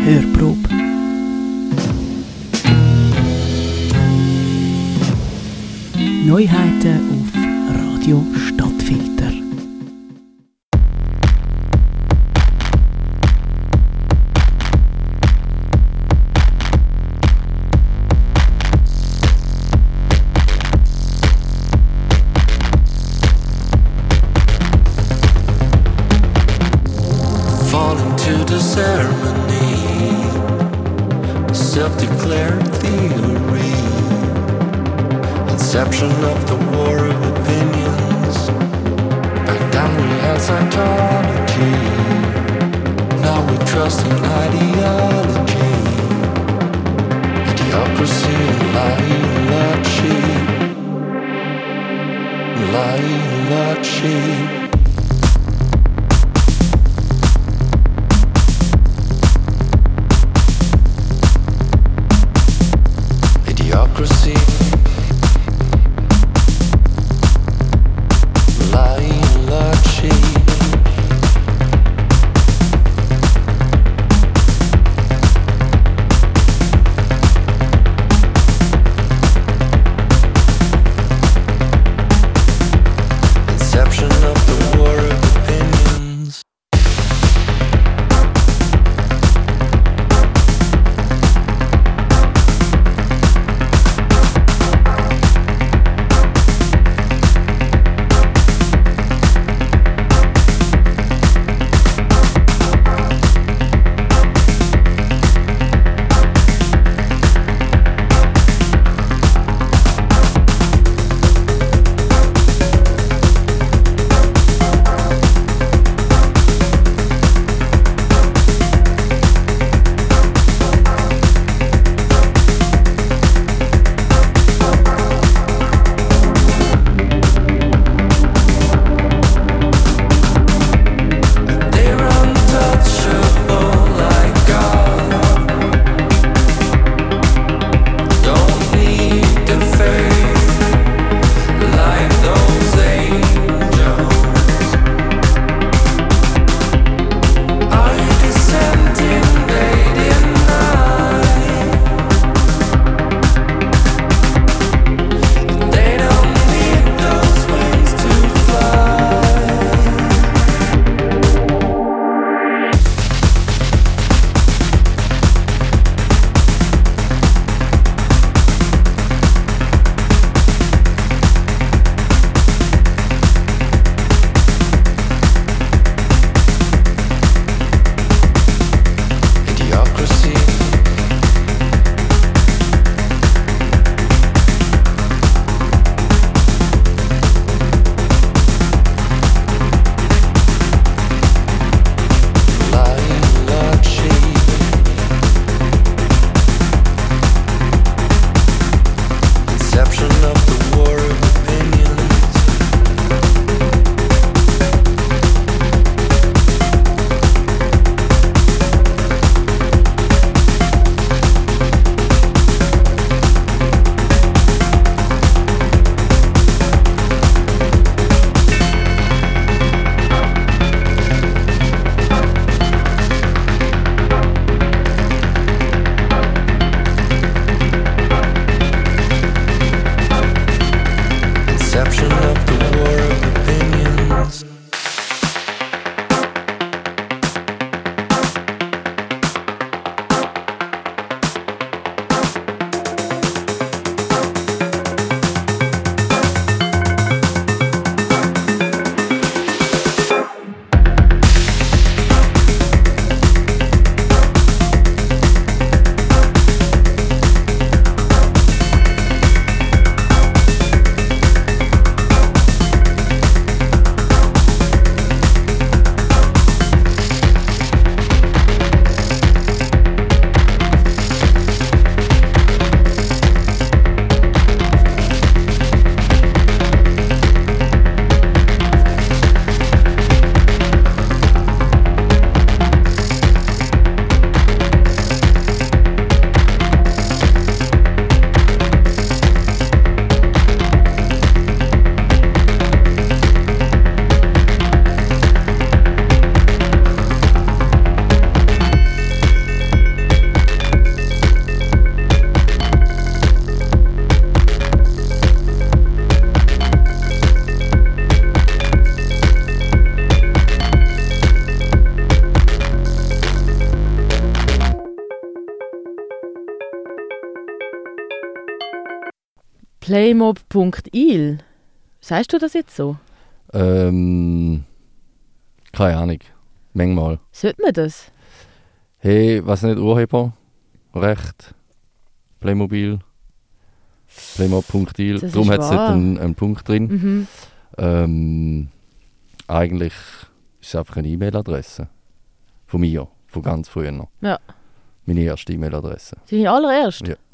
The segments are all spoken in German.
Hörprobe. Neuheiten auf Radio Stadtfilter. Self-declared theory, inception of the war of opinions. Back then we had Scientology, now we trust in ideology, idiocracy and lie-logy. Idiocracy, lie-logy. Inception of the Playmob.il. Sagst du das jetzt so? Keine Ahnung. Manchmal. Sollte man das? Hey, was nicht, Urheber? Recht? Playmobil? Playmob.il. Das Darum ist hat es wahr. nicht einen Punkt drin. Eigentlich ist es einfach eine E-Mail-Adresse. Von mir. Von ganz früher noch. Ja. Meine erste E-Mail-Adresse. Deine allererste? Ja.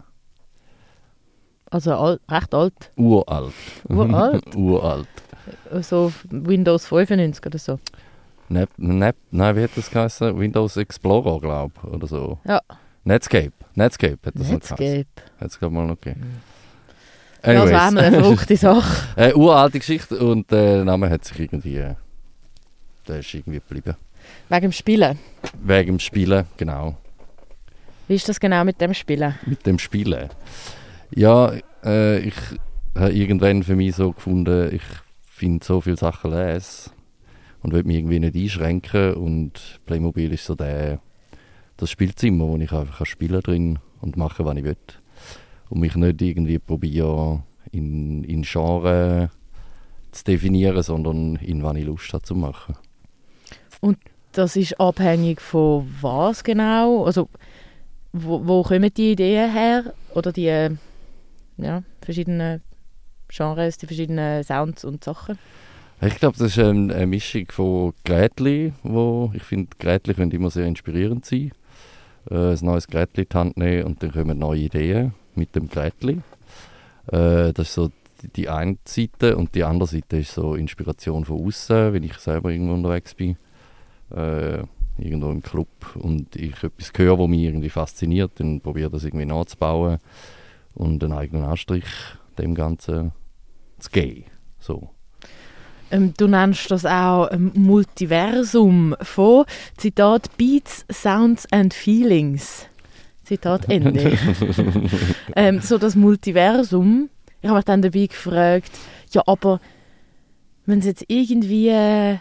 Also recht alt. Uralt. Uralt? Uralt. So Windows 95 oder so. Nein, wie hat das geheißen? Windows Explorer, glaube ich. Oder so. Ja. Netscape hat das noch geheißen. Netscape. Hat es, glaube ich, mal noch gegeben. Ja, das wäre eine verrückte Sache. Uralte Geschichte und der Name hat sich irgendwie... der ist irgendwie geblieben. Wegen dem Spielen. Wegen dem Spielen, genau. Wie ist das genau mit dem Spielen? Mit dem Spielen. Ja, ich habe irgendwann für mich so gefunden, ich finde so viele Sachen les und will mich irgendwie nicht einschränken und Playmobil ist so das Spielzimmer, wo ich einfach spielen drin und machen, was ich will. Und mich nicht irgendwie probiere, in Genre zu definieren, sondern in was ich Lust habe zu machen. Und das ist abhängig von was genau? Also wo kommen die Ideen her? Oder die verschiedenen Genres, die verschiedenen Sounds und Sachen? Ich glaube, das ist eine Mischung von Gerätchen, wo ich finde, Gerätchen können immer sehr inspirierend sein. Ein neues Gerätchen in die Hand nehmen und dann kommen neue Ideen mit dem Gerätchen. Das ist so die eine Seite und die andere Seite ist so Inspiration von außen, wenn ich selber irgendwo unterwegs bin. Irgendwo im Club und ich etwas höre, was mich irgendwie fasziniert, dann probiere das irgendwie nachzubauen und einen eigenen Anstrich dem Ganzen zu geben. So. Du nennst das auch ein Multiversum von, Zitat, Beats, Sounds and Feelings. Zitat Ende. So das Multiversum. Ich habe mich dann dabei gefragt, ja, aber wenn es jetzt irgendwie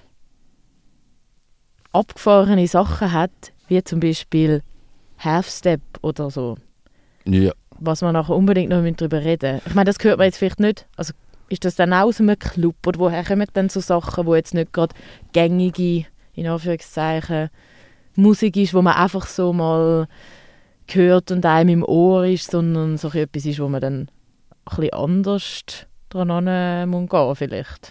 abgefahrene Sachen hat, wie zum Beispiel Half-Step oder so, Ja. was wir nachher unbedingt noch darüber reden müssen. Ich meine, das hört man jetzt vielleicht nicht. Also ist das dann auch aus einem Club? Oder woher kommen dann so Sachen, die jetzt nicht gerade gängige, in Anführungszeichen, Musik ist, wo man einfach so mal hört und einem im Ohr ist, sondern so etwas ist, wo man dann ein bisschen anders dran gehen muss vielleicht?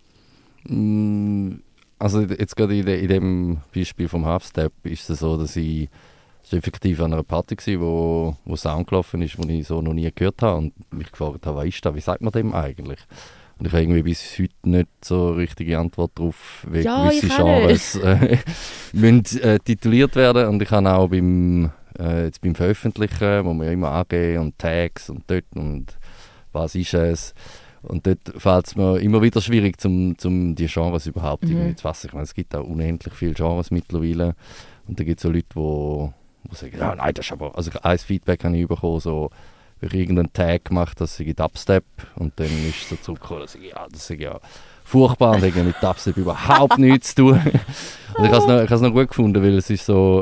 Also jetzt gerade in dem Beispiel vom Half-Step ist es so, dass es effektiv an einer Party war, wo Sound gelaufen ist, den ich so noch nie gehört habe und mich gefragt habe, was ist das, wie sagt man dem eigentlich? Und ich habe irgendwie bis heute nicht so eine richtige Antwort darauf, wie gewisse Genres müssen, tituliert werden. Und ich habe auch beim Veröffentlichen, wo wir immer angeben und Tags und dort und was ist es. Und dort fällt es mir immer wieder schwierig, um die Genres überhaupt irgendwie zu fassen. Ich meine, es gibt auch unendlich viele Genres mittlerweile. Und da gibt es so Leute, die sagen, ja, nein, das ist aber... Also ein Feedback habe ich bekommen, so, wenn ich irgendeinen Tag gemacht, dass ich Dubstep und dann ist es so zurückgekommen, dass ich, das ist ja furchtbar und hat mit Dubstep überhaupt nichts zu tun. Und ich habe es noch gut gefunden, weil es ist so...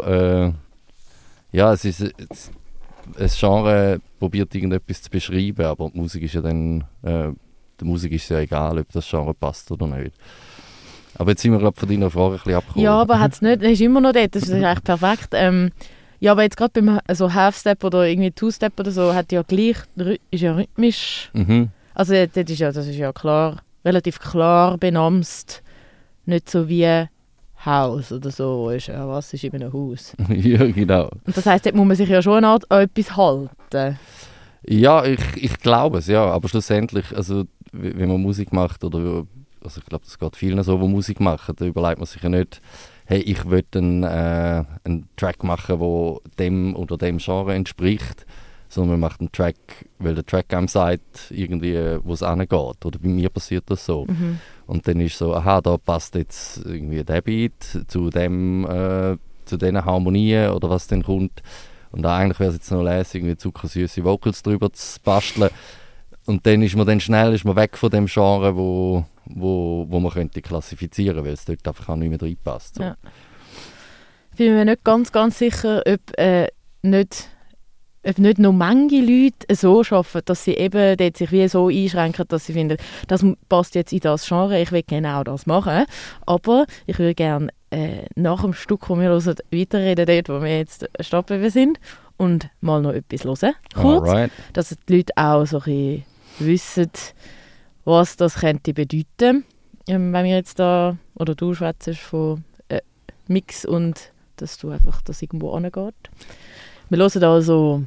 es ist... Ein Genre probiert irgendetwas zu beschreiben, aber die Musik ist ja dann... der Musik ist ja egal, ob das Genre passt oder nicht. Aber jetzt sind wir, glaube ich, von deiner Frage ein bisschen abgekommen. Ja, aber hat es nicht, ist immer noch dort, das ist eigentlich perfekt. Ja, aber jetzt gerade beim Half-Step oder irgendwie Two-Step oder so, hat ja gleich, ist ja rhythmisch. Mhm. Also das ist ja klar, relativ klar benamst. Nicht so wie Haus oder so, ist ja was ist in einem Haus. Ja, genau. Und das heisst, dort muss man sich ja schon an etwas halten. Ja, ich glaube es, ja. Aber schlussendlich, also wenn man Musik macht, oder also ich glaube, das geht vielen so, die Musik machen, da überlegt man sich ja nicht, hey, ich will einen Track machen, der dem oder dem Genre entspricht, sondern man macht einen Track, weil der Track einem sagt, irgendwie, wo es hingeht. Oder bei mir passiert das so. Mhm. Und dann ist so, aha, da passt jetzt irgendwie der Beat zu diesen Harmonien oder was dann kommt. Und eigentlich wäre es jetzt noch lässig, irgendwie zuckersüße Vocals drüber zu basteln. Und dann ist man weg von dem Genre, wo man könnte klassifizieren, weil es dort einfach auch nicht mehr reinpasst. So. Ja. Ich bin mir nicht ganz sicher, ob nicht ob nicht noch manche Leute so arbeiten, dass sie eben dort sich wie so einschränken, dass sie finden, das passt jetzt in das Genre, ich will genau das machen. Aber ich würde gerne nach dem Stück, das wir hören, weiterreden, dort, wo wir jetzt stehen sind, und mal noch etwas hören, kurz, Alright. dass die Leute auch so ein bisschen wissen, was das könnte bedeuten, wenn wir jetzt da, oder du schwätzt von Mix und dass du einfach das irgendwo angeht. Wir hören also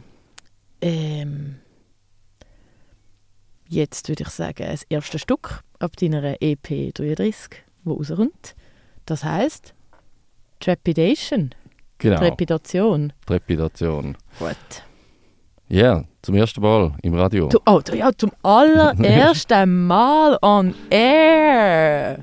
jetzt würde ich sagen, das erste Stück ab deiner EP 33, die rauskommt. Das heisst Trepidation. Genau. Trepidation. Trepidation. Gut. Ja, zum ersten Mal im Radio. Ja, zum allerersten Mal on air.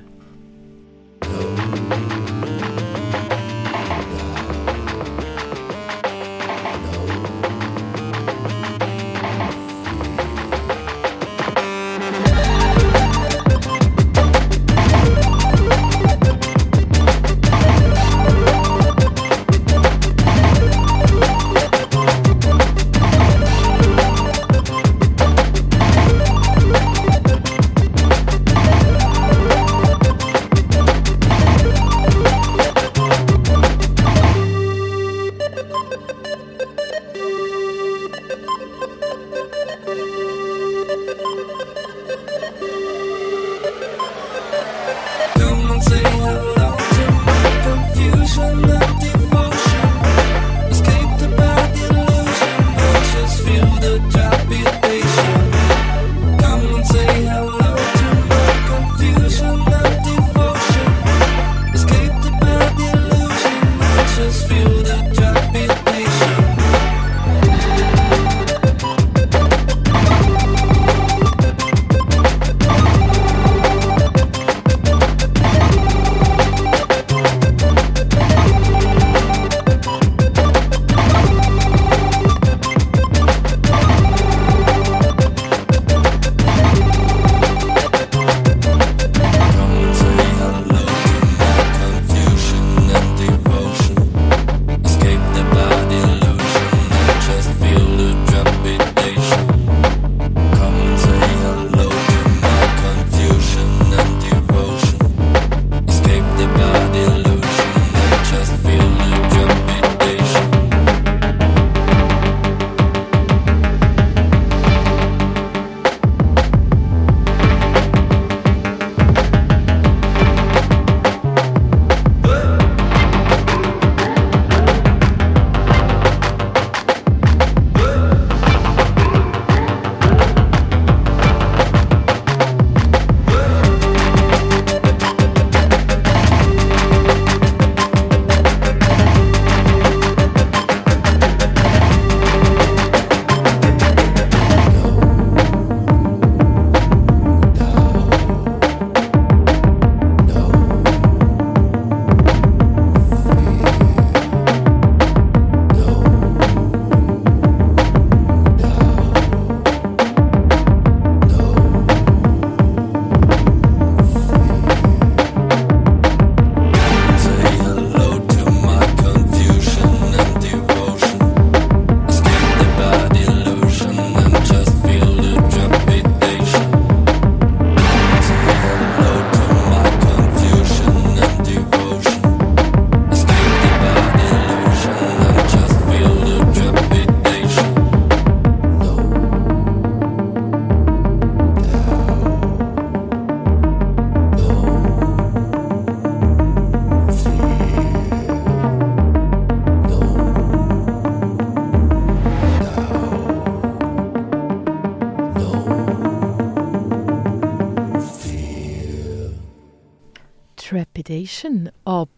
Trepidation ab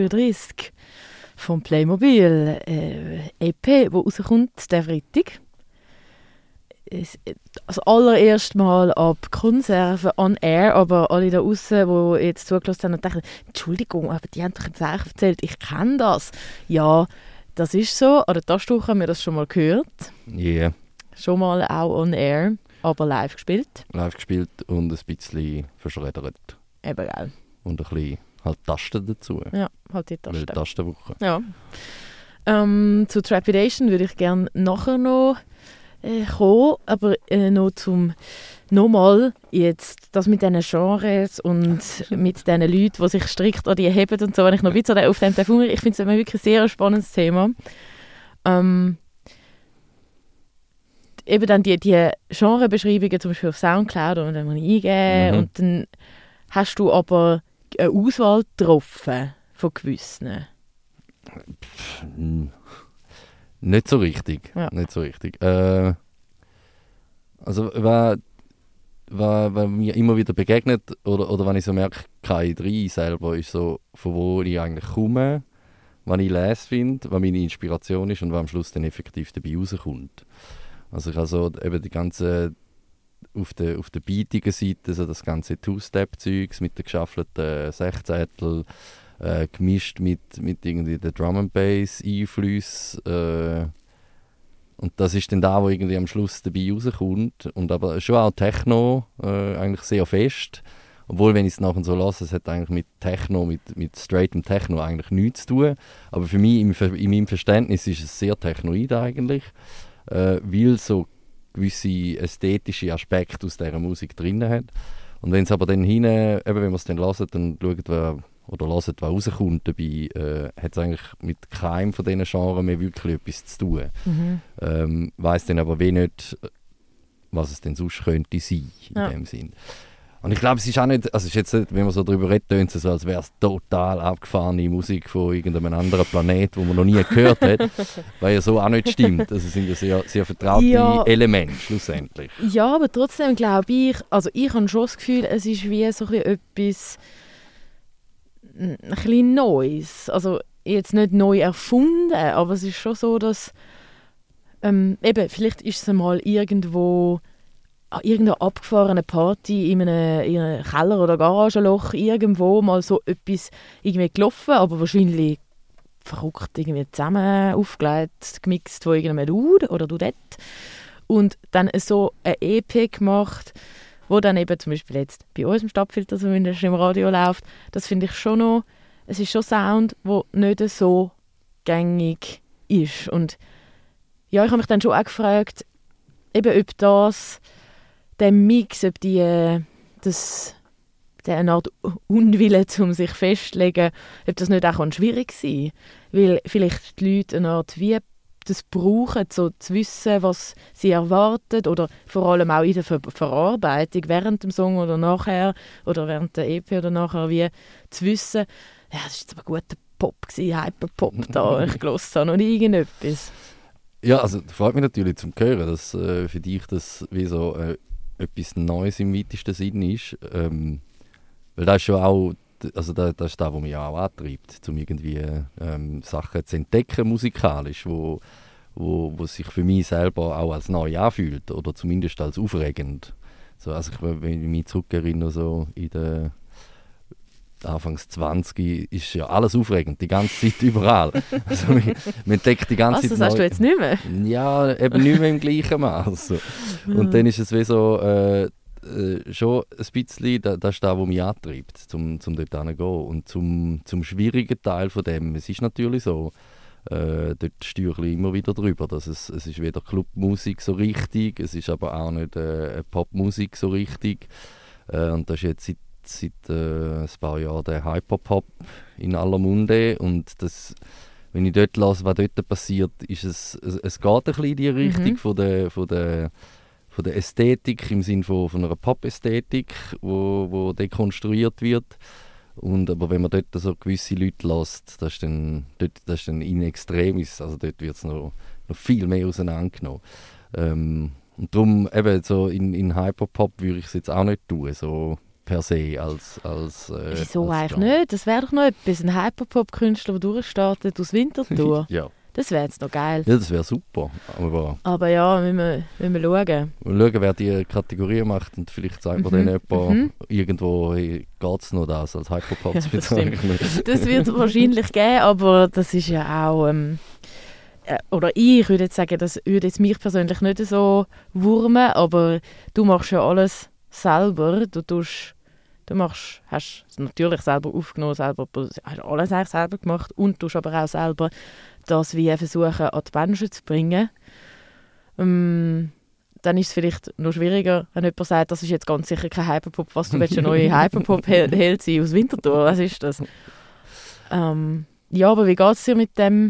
33 vom Playmobil EP, die rauskommt, der Freitag. Das allererste Mal ab Konserven on air, aber alle da draussen, die jetzt zugelassen haben und denken, Entschuldigung, aber die haben doch jetzt eigentlich erzählt, ich kenne das. Ja, das ist so. An der Taschentuch haben wir das schon mal gehört. Ja. Yeah. Schon mal auch on air, aber live gespielt. Live gespielt und ein bisschen verschreddert. Eben, geil. Und ein bisschen halt Tasten dazu. Ja, halt die Tasten. Weil Tastenwoche. Ja. Zu Trepidation würde ich gerne nachher noch kommen, aber nochmal jetzt das mit diesen Genres und mit diesen Leuten, die sich strikt an die heben und so, wenn ich noch ein bisschen auf dem Telefon, ich finde es wirklich sehr ein spannendes Thema. Eben dann die Genrebeschreibungen zum Beispiel auf Soundcloud und dann eingeben und dann hast du aber eine Auswahl getroffen von gewissen. Nicht so richtig. Ja. Nicht so richtig. Also, was mir immer wieder begegnet, oder wenn ich so merke, KI3 selber ist so, von wo ich eigentlich komme, was ich lese finde, was meine Inspiration ist und was am Schluss dann effektiv dabei rauskommt. Also ich habe so eben die ganze, auf der beatigen Seite, so das ganze Two-Step-Zeugs mit den geschaffelten Sechzehntel, gemischt mit irgendwie den Drum-and-Bass-Einflüssen. Und das ist dann da, wo irgendwie am Schluss dabei rauskommt. Und aber schon auch Techno, eigentlich sehr fest. Obwohl, wenn ich es nachher so lasse, es hat eigentlich mit Techno, mit straightem Techno eigentlich nichts zu tun. Aber für mich, in meinem Verständnis, ist es sehr technoid eigentlich. Weil so gewisse ästhetische Aspekte aus dieser Musik drin hat. Und wenn es aber dann hinten, eben wenn man es dann hört, dann schaut, was rauskommt dabei, hat es eigentlich mit keinem von diesen Genres mehr wirklich etwas zu tun. Weiss dann aber nicht, was es denn sonst könnte sein, in dem Sinn. Und ich glaube, es ist auch nicht, also es ist jetzt nicht, wenn man so darüber redet, tönt es so, als wäre es total abgefahrene Musik von irgendeinem anderen Planet, wo man noch nie gehört hat, weil ja so auch nicht stimmt. Also es sind ja sehr, sehr vertraute Elemente schlussendlich. Ja, aber trotzdem glaube ich, also ich habe schon das Gefühl, es ist wie so etwas ein bisschen Neues. Also jetzt nicht neu erfunden, aber es ist schon so, dass eben, vielleicht ist es mal irgendwo an irgendeiner abgefahrenen Party in einem Keller oder Garagenloch irgendwo mal so etwas irgendwie gelaufen, aber wahrscheinlich verrückt irgendwie zusammen aufgelegt, gemixt von irgendeinem Dude oder Dudette und dann so eine EP gemacht, wo dann eben zum Beispiel jetzt bei uns im Stadtfilter zumindest im Radio läuft. Das finde ich schon noch, es ist schon Sound, der nicht so gängig ist. Und ja, ich habe mich dann schon auch gefragt, eben ob der Mix, ob der eine Art Unwille, um sich festzulegen, ob das nicht auch schwierig sein kann. Weil vielleicht die Leute eine Art wie das brauchen, so zu wissen, was sie erwarten oder vor allem auch in der Verarbeitung, während dem Song oder nachher oder während der EP oder nachher, wie zu wissen, ja, das war jetzt aber guter Pop, Hyperpop da, ich gehört habe und irgendetwas. Ja, also freut mich natürlich zum Hören, dass für dich das wie so etwas Neues im weitesten Sinn ist. Weil das ist schon auch, also das ist das, was mich auch antreibt, um irgendwie Sachen zu entdecken musikalisch, wo sich für mich selber auch als neu anfühlt oder zumindest als aufregend. So, also wenn ich mich zurückerinnere, so in der Anfangs 20 ist ja alles aufregend, die ganze Zeit überall. Also man entdeckt die ganze Zeit. Das sagst du jetzt nicht mehr? Ja, eben nicht mehr im gleichen Maß. Und dann ist es wie so schon ein bisschen, das ist das, was mich antreibt, zum dort hinzugehen. Und zum schwierigen Teil von dem, es ist natürlich so, dort steuere ich immer wieder drüber, dass es ist weder Clubmusik so richtig, es ist aber auch nicht Popmusik so richtig. Und das ist jetzt seit ein paar Jahren der Hyperpop in aller Munde und das, wenn ich dort lasse, was dort passiert, ist es geht ein bisschen in die Richtung von der Ästhetik im Sinne von einer Pop-Ästhetik, wo dekonstruiert wird. Aber wenn man dort so gewisse Leute lässt, das ist dann in Extremis, also dort wird es noch viel mehr auseinandergenommen. Und darum eben so in Hyperpop würde ich es jetzt auch nicht tun, so per se als wieso als eigentlich nicht? Das wäre doch noch etwas, ein Hyperpop-Künstler, der durchstartet aus Winterthur. Ja. Das wäre jetzt noch geil. Ja, das wäre super. Aber ja, müssen wir schauen. Wir schauen, wer die Kategorie macht und vielleicht sagt man dann jemand irgendwo, hey, geht es noch das als Hyperpop zu bezeichnen. Das wird es wahrscheinlich geben, aber das ist ja auch... oder ich würde jetzt sagen, das würde jetzt mich persönlich nicht so wurmen, aber du machst ja alles selber. Du tust Hast es natürlich selber aufgenommen, hast alles eigentlich selber gemacht und tust aber auch selber das wie versuchen, an die Menschen zu bringen. Dann ist es vielleicht noch schwieriger, wenn jemand sagt, das ist jetzt ganz sicher kein Hyperpop, was du willst, eine neue Hyperpop-Held sein aus Winterthur, was ist das? Ja, aber wie geht es dir mit dem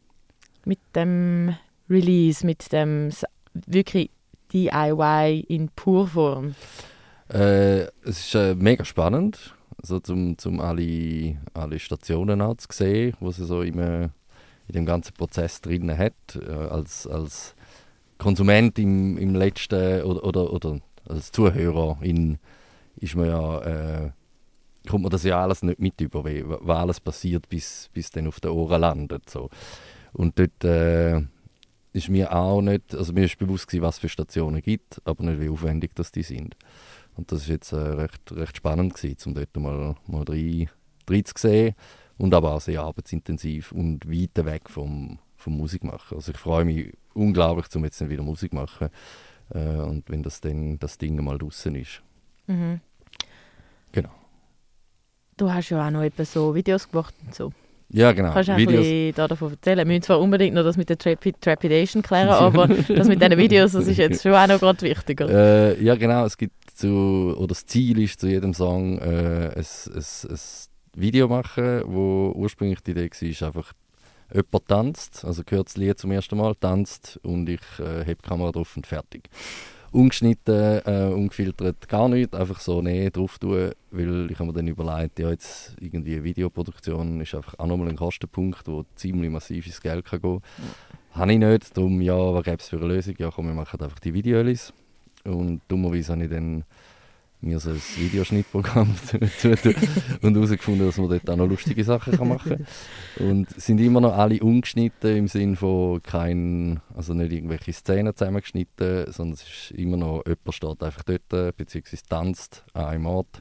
Release, mit dem wirklich DIY in Purform? Es ist mega spannend, also zum alle Stationen auch zu sehen, wo sie so in dem ganzen Prozess drin hat, als Konsument im letzten oder als Zuhörer ist man ja, kommt man das ja alles nicht mit über, was alles passiert, bis dann auf den Ohren landet. So. Und dort ist mir auch nicht, also mir ist bewusst gewesen, was für Stationen es gibt, aber nicht wie aufwendig das die sind. Und das ist jetzt recht spannend gewesen, um dort mal rein zu sehen und aber auch sehr arbeitsintensiv und weit weg vom Musikmachen. Also ich freue mich unglaublich, um jetzt dann wieder Musik zu machen und wenn das Ding mal draußen ist. Mhm. Genau. Du hast ja auch noch etwa so Videos gemacht und so. Ja, genau. Kannst du ein bisschen davon erzählen? Wir müssen zwar unbedingt noch das mit der Trepidation klären, aber das mit diesen Videos, das ist jetzt schon auch noch gerade wichtiger. Ja, genau. Es gibt das Ziel ist, zu jedem Song ein Video machen, wo ursprünglich die Idee war, einfach jemand tanzt, also hört das Lied zum ersten Mal, tanzt und ich habe die Kamera drauf und fertig. Ungeschnitten, ungefiltert, gar nichts, einfach so drauf tun, weil ich habe mir dann überlegt, ja jetzt irgendwie eine Videoproduktion ist einfach auch nochmal ein Kostenpunkt, wo ziemlich massiv ins Geld kann gehen. Habe ich nicht, darum ja, was gäbe es für eine Lösung? Ja komm, wir machen einfach die Videos. Und dummerweise habe ich dann mir so ein Videoschnittprogramm und herausgefunden, dass man dort auch noch lustige Sachen machen kann. Und sind immer noch alle ungeschnitten im Sinne von also nicht irgendwelche Szenen zusammengeschnitten, sondern es ist immer noch, jemand steht einfach dort, beziehungsweise tanzt an einem Ort.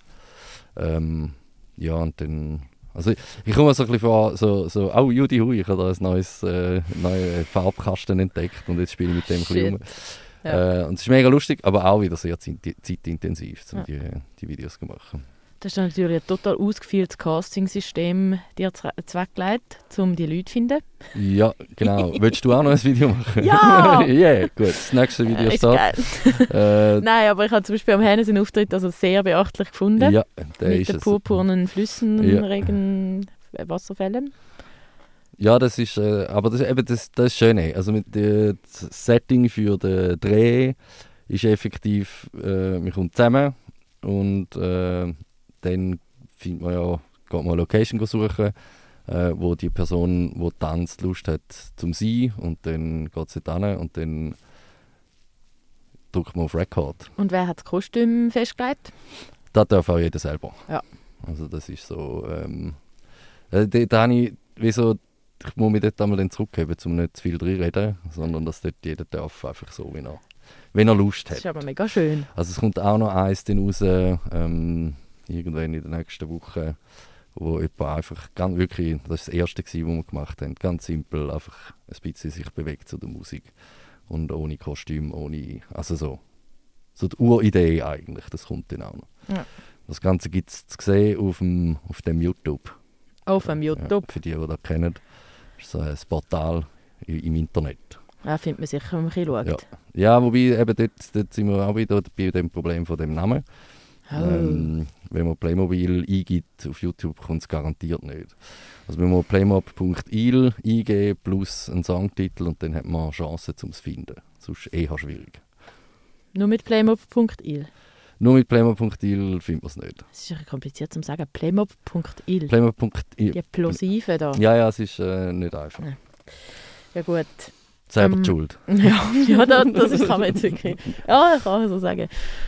Ja, und dann, also ich komme so ein bisschen vor, oh Judy Hui, ich habe da ein neuen Farbkasten entdeckt und jetzt spiele ich mit dem ein bisschen rum. Ja. Und es ist mega lustig, aber auch wieder sehr zeitintensiv, um die Videos zu machen. Das ist natürlich ein total ausgefeiltes Casting-System dir zweckgelegt, um die Leute zu finden. Ja, genau. Willst du auch noch ein Video machen? Ja! Yeah, gut. Das nächste Video steht. Nein, aber ich habe zum Beispiel am Hennes einen Auftritt also sehr beachtlich gefunden. Ja, mit den purpurnen Flüssen, Regen, Wasserfällen. Ja, das ist, aber das ist schön. Also mit das Setting für den Dreh ist effektiv, man kommt zusammen und dann geht man eine Location suchen, wo die Person, die tanzt, Lust hat zum Sein, und dann geht sie hin und dann drückt man auf Record. Und wer hat das Kostüm festgelegt? Das darf auch jeder selber. Ja. Also das ist so, da habe ich, ich muss mich dort einmal dann zurückgeben, um nicht zu viel reinreden, sondern dass dort jeder darf, einfach so, wenn er Lust hat. Das ist aber mega schön. Also es kommt auch noch eins dann raus, irgendwann in der nächsten Woche, wo jemand einfach ganz wirklich, das war das erste, was wir gemacht haben, ganz simpel, einfach ein bisschen sich bewegt zu der Musik und ohne Kostüm, also so die Uridee eigentlich, das kommt dann auch noch. Ja. Das Ganze gibt es zu sehen auf dem YouTube. Auf dem YouTube? Ja, für die das kennen. Das ist so ein Portal im Internet. Ja, findet man sicher, wenn man ein bisschen schaut. Ja, wobei eben dort sind wir auch wieder bei dem Problem von dem Namen. Oh. Wenn man Playmobil eingibt auf YouTube, kommt es garantiert nicht. Also wenn man playmob.il eingeben plus einen Songtitel und dann hat man Chancen, um es zu finden. Sonst eher schwierig. Nur mit playmob.il? Nur mit playmob.il findet man es nicht. Es ist ja kompliziert zu sagen. Playmob.il. Playmob.il. Die Plosive da. Ja, es ist nicht einfach. Ja gut. Selber die Schuld. Ja, das kann man jetzt wirklich. Ja, ich kann so sagen.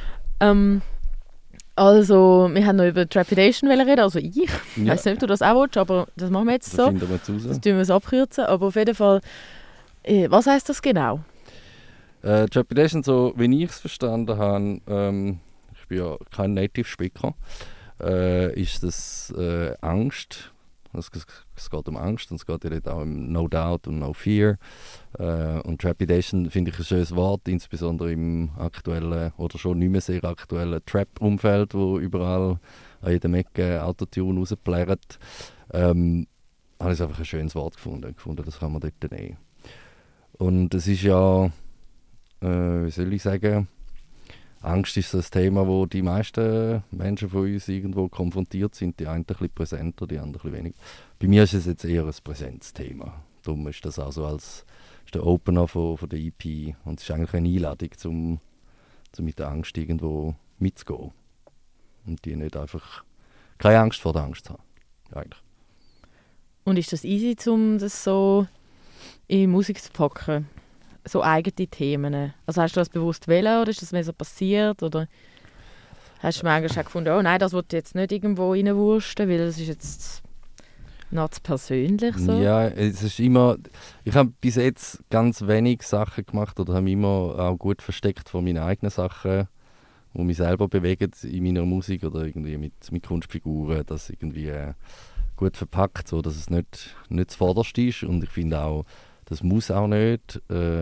Also, wir haben noch über Trepidation reden, also ich. Ich weiß nicht, ob du das auch willst, aber das machen wir jetzt so. Das tun wir es abkürzen, aber auf jeden Fall, was heisst das genau? Trepidation, so wie ich es verstanden habe, ich bin ja kein Native Speaker, ist das Angst. Es geht um Angst und es geht ja dort auch um No Doubt und No Fear. Und Trepidation finde ich ein schönes Wort, insbesondere im aktuellen oder schon nicht mehr sehr aktuellen Trap-Umfeld, wo überall an jedem Ecke Autotune rausgeblärt, habe ich es einfach ein schönes Wort gefunden, das kann man dort nehmen. Und es ist ja, wie soll ich sagen, Angst ist so ein Thema, wo die meisten Menschen von uns irgendwo konfrontiert sind. Die einen ein bisschen präsenter, die anderen ein bisschen weniger. Bei mir ist es jetzt eher ein Präsenzthema. Darum ist das auch so als der Opener von der EP. Und es ist eigentlich eine Einladung, um mit der Angst irgendwo mitzugehen. Und die nicht einfach keine Angst vor der Angst zu haben. Eigentlich. Und ist das easy, um das so in Musik zu packen? So eigene Themen? Also hast du das bewusst wählen oder ist das mehr so passiert? Oder hast du manchmal auch gefunden, oh nein, das wollte ich jetzt nicht irgendwo reinwursten, weil das ist jetzt noch zu persönlich so? Ja, es ist immer... Ich habe bis jetzt ganz wenig Sachen gemacht oder habe mich immer auch gut versteckt vor meinen eigenen Sachen, die mich selber bewegen in meiner Musik oder irgendwie mit Kunstfiguren, das irgendwie gut verpackt, so dass es nicht zuvorderst ist. Und ich finde auch, das muss auch nicht.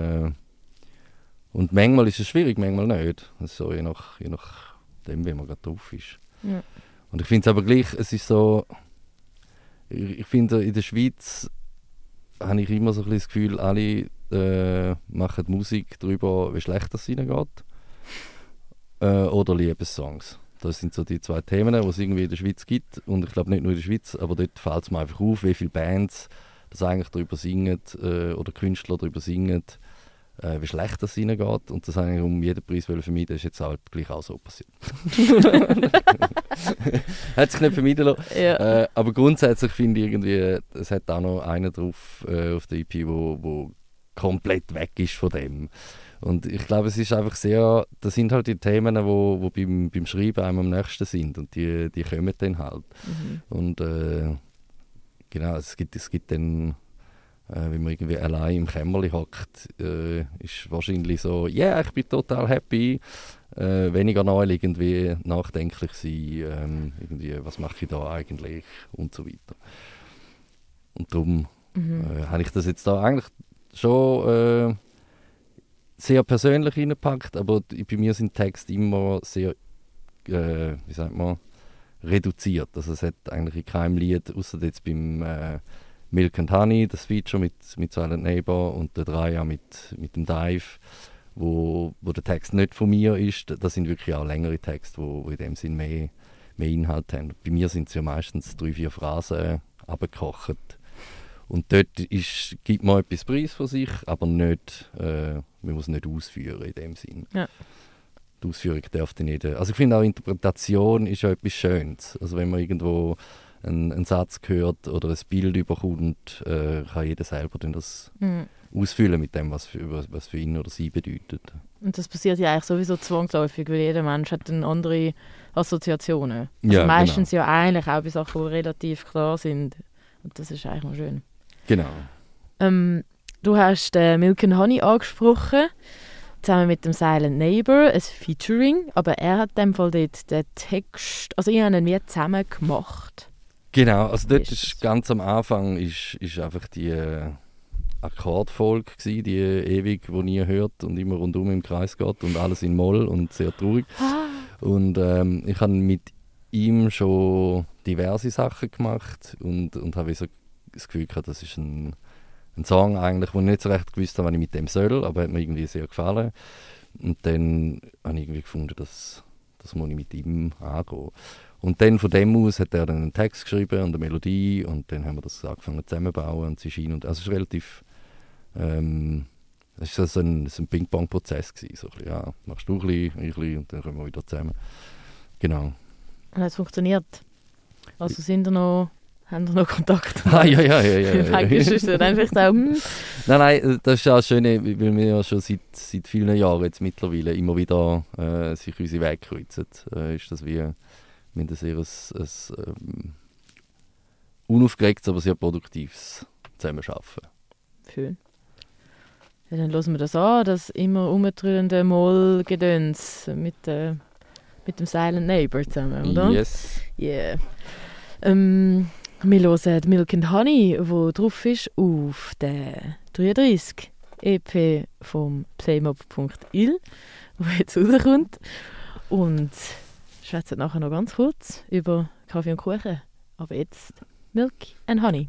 Und manchmal ist es schwierig, manchmal nicht. Also je nach dem, wie man gerade drauf ist. Ja. Und ich finde es aber gleich, es ist so... Ich finde, in der Schweiz habe ich immer so ein bisschen das Gefühl, alle machen Musik darüber, wie schlecht es ihnen geht. Oder Liebessongs. Das sind so die zwei Themen, die es irgendwie in der Schweiz gibt. Und ich glaube nicht nur in der Schweiz, aber dort fällt es mir einfach auf, wie viele Bands das eigentlich darüber singen oder Künstler darüber singen, wie schlecht es ihnen geht. Und das habe ich um jeden Preis vermeiden. Das ist jetzt halt gleich auch so passiert. Hat sich nicht vermeiden lassen. Ja. Aber grundsätzlich finde ich irgendwie, es hat auch noch einen drauf auf der EP, wo komplett weg ist von dem. Und ich glaube, es ist einfach sehr, das sind halt die Themen, wo beim Schreiben einem am nächsten sind und die kommen dann halt. Mhm. Und genau, es gibt dann, wenn man irgendwie allein im Kämmerli hockt, ist wahrscheinlich so, ich bin total happy, weniger neu irgendwie nachdenklich sein, irgendwie, was mache ich da eigentlich und so weiter. Und darum habe ich das jetzt da eigentlich schon sehr persönlich reingepackt, aber bei mir sind Texte immer sehr, wie sagt man, reduziert. Also es hat eigentlich in keinem Lied, außer jetzt beim Milk and Honey, das Feature mit Silent Neighbor und der Dreier mit dem Dive, wo der Text nicht von mir ist. Das sind wirklich auch längere Texte, wo in dem Sinn mehr Inhalt haben. Bei mir sind es ja meistens 3-4 Phrasen abgekocht. Und dort gibt man etwas Preis von sich, aber nicht, man muss nicht ausführen in dem Sinn. Ja. Die Ausführung darf nicht. Also ich finde auch, Interpretation ist ja etwas Schönes. Also wenn man irgendwo einen Satz hört oder ein Bild überkommt, kann jeder selber dann das ausfüllen mit dem, was für ihn oder sie bedeutet. Und das passiert ja eigentlich sowieso zwangsläufig, weil jeder Mensch hat dann andere Assoziationen. Also Ja, meistens genau. ja eigentlich auch bei Sachen, die relativ klar sind. Und das ist eigentlich mal schön. Genau. Du hast Milk and Honey angesprochen, zusammen mit dem Silent Neighbor, ein Featuring, aber er hat in dem Fall dort den Text, also ich habe ihn wie zusammen gemacht. Genau, also dort Ist ist ganz am Anfang ist einfach die Akkordfolge gsi, die ewig, wo nie hört und immer rundum im Kreis geht und alles in Moll und sehr traurig. Und ich habe mit ihm schon diverse Sachen gemacht und habe so das Gefühl gehabt, das ist ein Song eigentlich, wo ich nicht so recht gewusst habe, was ich mit dem soll, aber hat mir irgendwie sehr gefallen. Und dann habe ich irgendwie gefunden, das muss ich mit ihm angehen. Und dann von dem aus hat er dann einen Text geschrieben und eine Melodie und dann haben wir das angefangen zusammenzubauen und es ist also es ist relativ es war so ein Ping-Pong-Prozess gewesen, so ein bisschen, ja, machst du ein bisschen, ich ein bisschen und dann kommen wir wieder zusammen. Genau. Und hat es funktioniert? Also haben wir noch Kontakt? Ja. Manchmal ist es dann einfach so, Nein, das ist ja das Schöne, weil wir ja schon seit vielen Jahren jetzt mittlerweile immer wieder sich unsere Wege kreuzen. Ist das wie ein sehr unaufgeregtes, aber sehr produktives Zusammenarbeiten. Schön. Ja, dann hören wir das an, das immer umtrüllende Moll-Gedöns mit dem Silent Neighbor zusammen, oder? Yes. Yeah. Wir hören Milk and Honey, wo drauf ist auf der 33 EP vom playmob.il, wo jetzt rauskommt. Und schwätzen nachher noch ganz kurz über Kaffee und Kuchen. Aber jetzt Milk and Honey.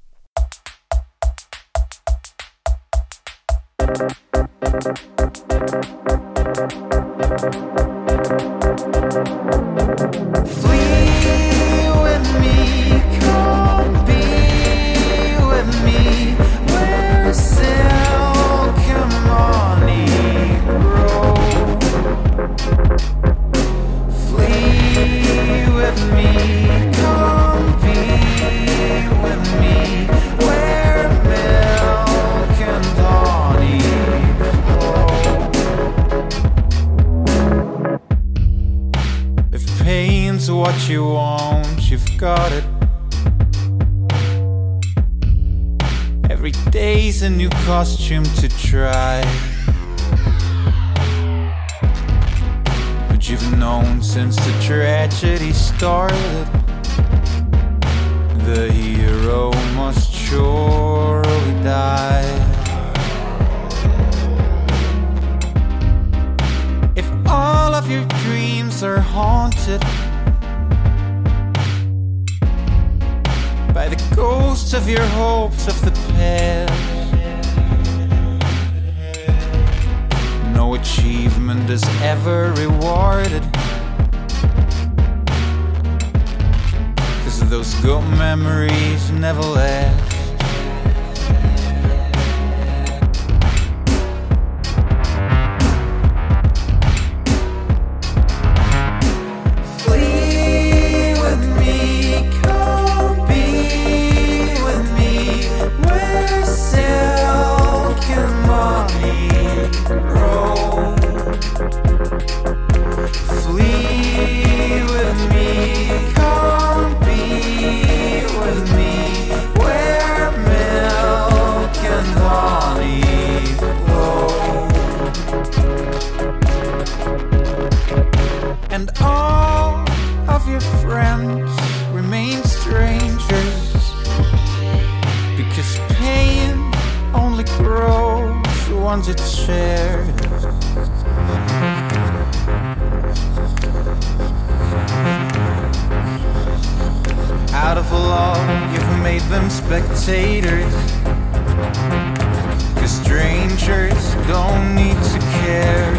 Flee with me, come be with me, where silk and money grow. Flee with me, come be with me, where milk and honey flow. If pain's what you want, you've got it. Every day's a new costume to try. But you've known since the tragedy started, the hero must surely die. If all of your dreams are haunted by the ghosts of your hopes of the past, no achievement is ever rewarded, 'cause those good memories never last. Flee with me, come be with me, where silk and money grow. Flee with me, come be with me, where milk and honey flow. And all of your friends remain strangers, because pain only grows once it's shared. Out of love, you've made them spectators, 'cause strangers don't need to care.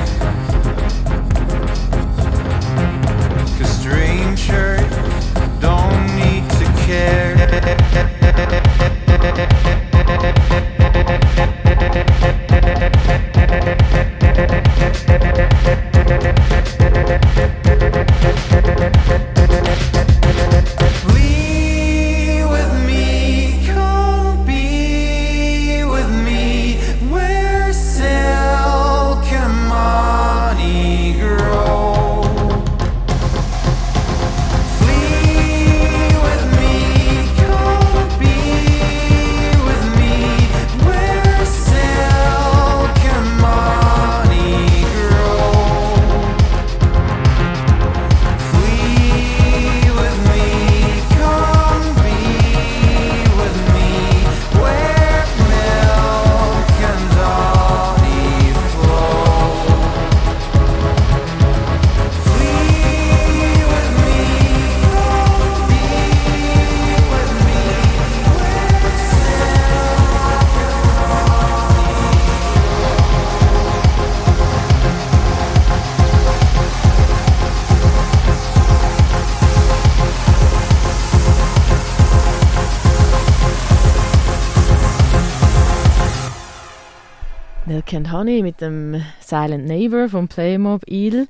'Cause strangers don't need to care. Flee with me, come be with me, where silk and money grow. Flee with me, come be with me, where silk and money grow. Flee with me, come be with me, where milk and honey flow. Flee with me, come be with me, where silk Milk and Honey mit dem Silent Neighbor vom Playmobil.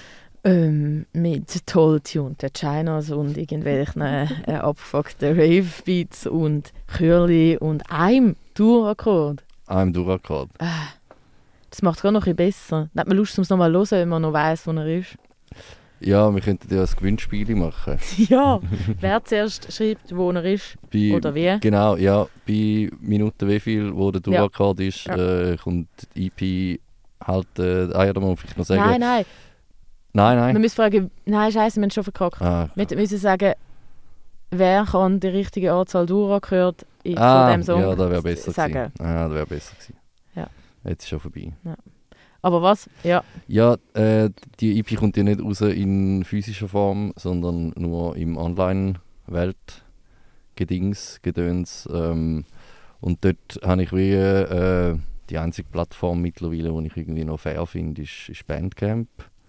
Mit toll tuned Chinas und irgendwelchen abgefuckten Rave-Beats und Chörli und einem Dur-Akkord. Einem Dur-Akkord. Das macht es gerade noch ein bisschen besser. Dann hat man Lust, um es nochmal zu hören, wenn man noch weiss, wo er ist. Ja, wir könnten ja ein Gewinnspiel machen. Ja, wer zuerst schreibt, wo er ist oder wie. Genau, ja. Bei Minuten wie viel, wo der Dur-Akkord ist, kommt die EP halt... ja, da muss man vielleicht noch sagen... Nein. Nein. Wir müssen fragen... Nein, scheiße, wir haben schon verkackt. Wir müssen sagen, wer kann die richtige Anzahl Dur-Akkorde von dem Song ja, das wäre besser sagen. gewesen. Das wäre besser gewesen. Ja. Jetzt ist schon vorbei. Ja. Aber was? Ja. Ja, die EP kommt ja nicht raus in physischer Form, sondern nur im Online-Welt-Gedöns. Und dort habe ich wie die einzige Plattform mittlerweile, die ich irgendwie noch fair finde, ist Bandcamp.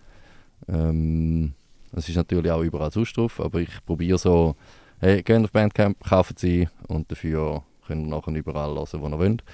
Es ist natürlich auch überall sonst drauf, aber ich probiere so, hey, geht auf Bandcamp, kaufen sie und dafür könnt ihr nachher überall hören, wo ihr wollt.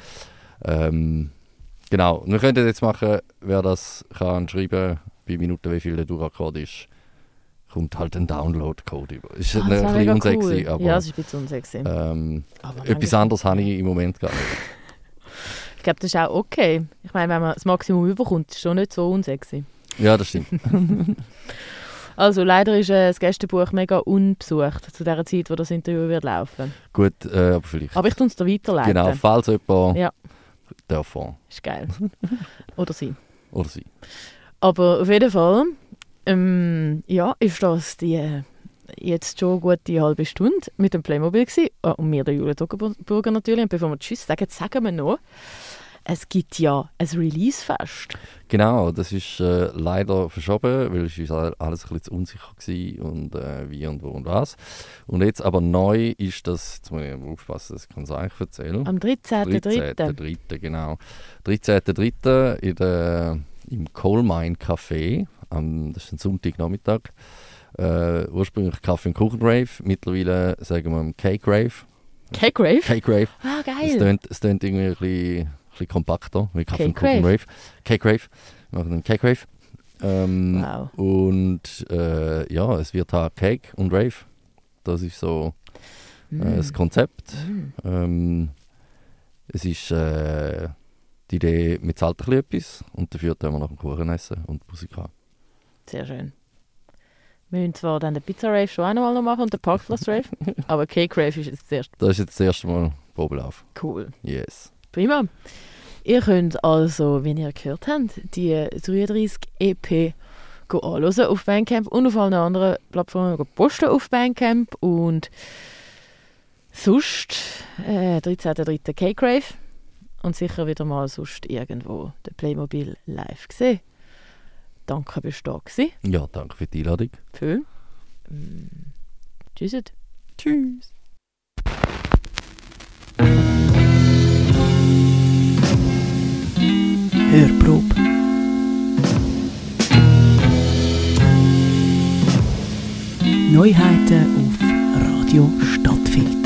Genau, wir könnten jetzt machen, wer das kann schreiben, bei Minuten wie viel der Durakkord ist, kommt halt ein Download-Code über. Ist ein bisschen unsexy, cool. aber Ja, es ist ein bisschen unsexy. etwas anderes habe ich im Moment gar nicht. Ich glaube, das ist auch okay. Ich meine, wenn man das Maximum überkommt, ist es schon nicht so unsexy. Ja, das stimmt. Also leider ist das Gästebuch mega unbesucht zu der Zeit, wo das Interview wird laufen. Gut, aber vielleicht. Aber ich tue es dir weiterleiten. Genau, falls jemand Ja. darf. Ist geil. Oder sie. Oder sie. Aber auf jeden Fall, ist das die jetzt schon gut die halbe Stunde mit dem Playmobil gewesen. Und mir, der Julia Toggenburger natürlich. Und bevor wir Tschüss sagen, sagen wir noch, es gibt ja ein Release-Fest. Genau, das ist leider verschoben, weil es ist alles ein bisschen zu unsicher war und wie und wo und was. Und jetzt aber neu ist das, jetzt muss ich aufpassen, das kann ich eigentlich erzählen. Am 13.3. 13.3. genau. 13.3. Im Coal Mine Café, das ist ein Sonntagnachmittag. Ursprünglich Kaffee- und Kuchen-Rave, mittlerweile sagen wir Cake-Rave. Cake-Rave? Cake-Rave. Ah, geil. Es tönt irgendwie ein bisschen kompakter, wie Kaffee- und Cake-Rave. Kuchen-Rave. Cake-Rave. Wir machen einen Cake-Rave. Wow. Und ja, es wird halt Cake und Rave. Das ist so das Konzept. Es ist die Idee, wir zahlen ein bisschen etwas und dafür können wir nach dem Kuchen essen und Musik haben. Sehr schön. Wir müssen zwar dann den Pizza-Rave schon einmal noch machen und den Parkplatz-Rave, aber Cake-Rave ist jetzt das erste. Das ist jetzt das erste Mal Probelauf. Cool. Yes. Prima. Ihr könnt also, wie ihr gehört habt, die 33 EP anhören auf Bandcamp und auf allen anderen Plattformen posten auf Bandcamp. Und sonst 13.3. Cake-Rave und sicher wieder mal sonst irgendwo den Playmobil live gesehen. Danke, bist du da gewesen. Ja, danke für die Einladung. Viel. Tschüss. Tschüss. Hörprobe. Neuheiten auf Radio Stadtfilter.